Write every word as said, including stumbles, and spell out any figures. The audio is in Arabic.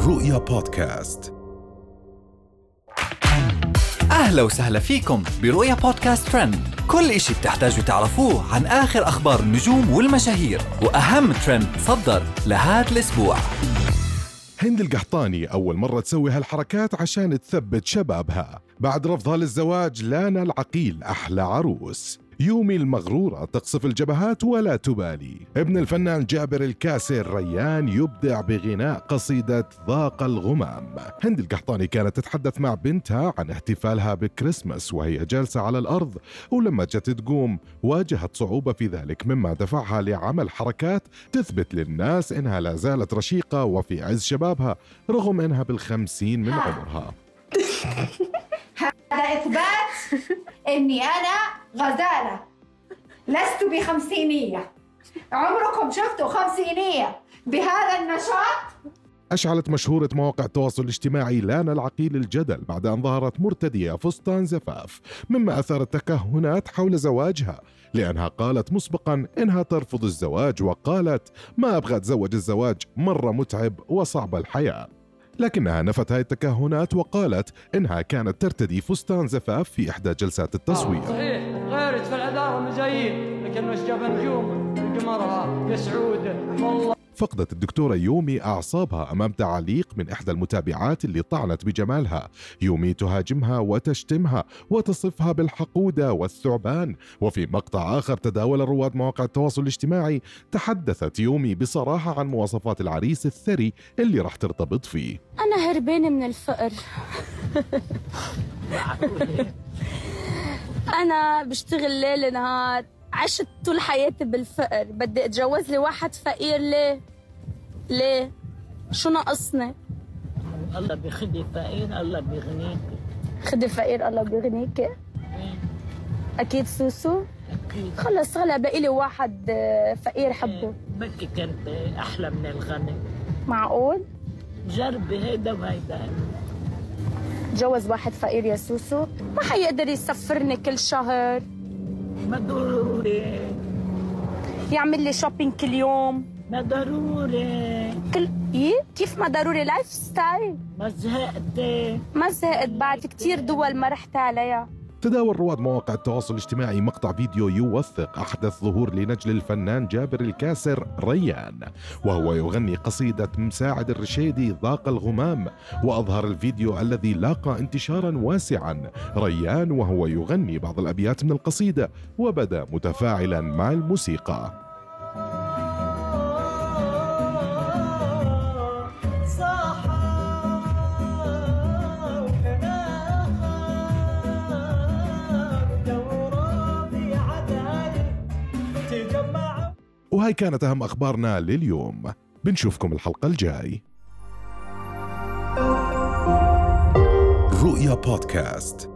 رؤيا بودكاست. أهلا وسهلا فيكم برؤيا بودكاست ترند، كل إشي بتحتاجوا تعرفوه عن آخر أخبار النجوم والمشاهير وأهم ترند صدر لهذا الأسبوع. هند القحطاني أول مرة تسوي هالحركات عشان تثبت شبابها بعد رفضها للزواج. لانا العقيل أحلى عروس. يومي المغرورة تقصف الجبهات ولا تبالي. ابن الفنان جابر الكاسر ريان يبدع بغناء قصيدة ضاق الغمام. هند القحطاني كانت تتحدث مع بنتها عن احتفالها بكريسماس وهي جالسة على الأرض، ولما جت تقوم واجهت صعوبة في ذلك، مما دفعها لعمل حركات تثبت للناس إنها لا زالت رشيقة وفي عز شبابها رغم إنها بالخمسين من عمرها. هذا إثبات إني أنا غزالة، لست بخمسينية. عمركم شفتوا خمسينية بهذا النشاط؟ أشعلت مشهورة مواقع التواصل الاجتماعي لانا العقيل الجدل بعد أن ظهرت مرتدية فستان زفاف، مما أثار التكهنات حول زواجها، لأنها قالت مسبقا إنها ترفض الزواج، وقالت ما أبغى أتزوج، الزواج مرة متعب وصعب الحياة. لكنها نفت هاي التكهنات وقالت إنها كانت ترتدي فستان زفاف في إحدى جلسات التصوير. صحيح غيرت في الأداء والمزايين، لكن وش جاب نجوم قمرها يا سعود والله. فقدت الدكتورة يومي أعصابها أمام تعليق من إحدى المتابعات اللي طعنت بجمالها. يومي تهاجمها وتشتمها وتصفها بالحقودة والثعبان. وفي مقطع آخر تداول رواد مواقع التواصل الاجتماعي تحدثت يومي بصراحة عن مواصفات العريس الثري اللي راح ترتبط فيه. أنا هربانة من الفقر. أنا بشتغل ليل نهار، عشت طول حياتي بالفقر، بدي اتجوز لي واحد فقير. ليه؟ ليه؟ شو ناقصني؟ الله بيخدي فقير الله بيغنيك. خدي فقير الله بيغنيك؟ أكيد سوسو؟ أكيد. خلص هلا بقي لي واحد فقير حبه. بدك كنت أحلى من الغني. معقول؟ جربي هيدا وهيدا. تجوز واحد فقير يا سوسو؟ ما حيقدر يسفرني كل شهر. ما ضروري. يعمل لي شوبينج كل يوم. ما ضروري. كل إيه؟ كيف ما ضروري؟ لايف ستايل. ما زهقتي؟ ما زهقت، بعد كتير دول ما رحت عليها. تداول رواد مواقع التواصل الاجتماعي مقطع فيديو يوثق أحدث ظهور لنجل الفنان جابر الكاسر ريان وهو يغني قصيدة مساعد الرشيدي ضاق الغمام. وأظهر الفيديو الذي لاقى انتشارا واسعا ريان وهو يغني بعض الأبيات من القصيدة وبدا متفاعلا مع الموسيقى. وهاي كانت أهم أخبارنا لليوم، بنشوفكم الحلقة الجاي. رؤيا بودكاست.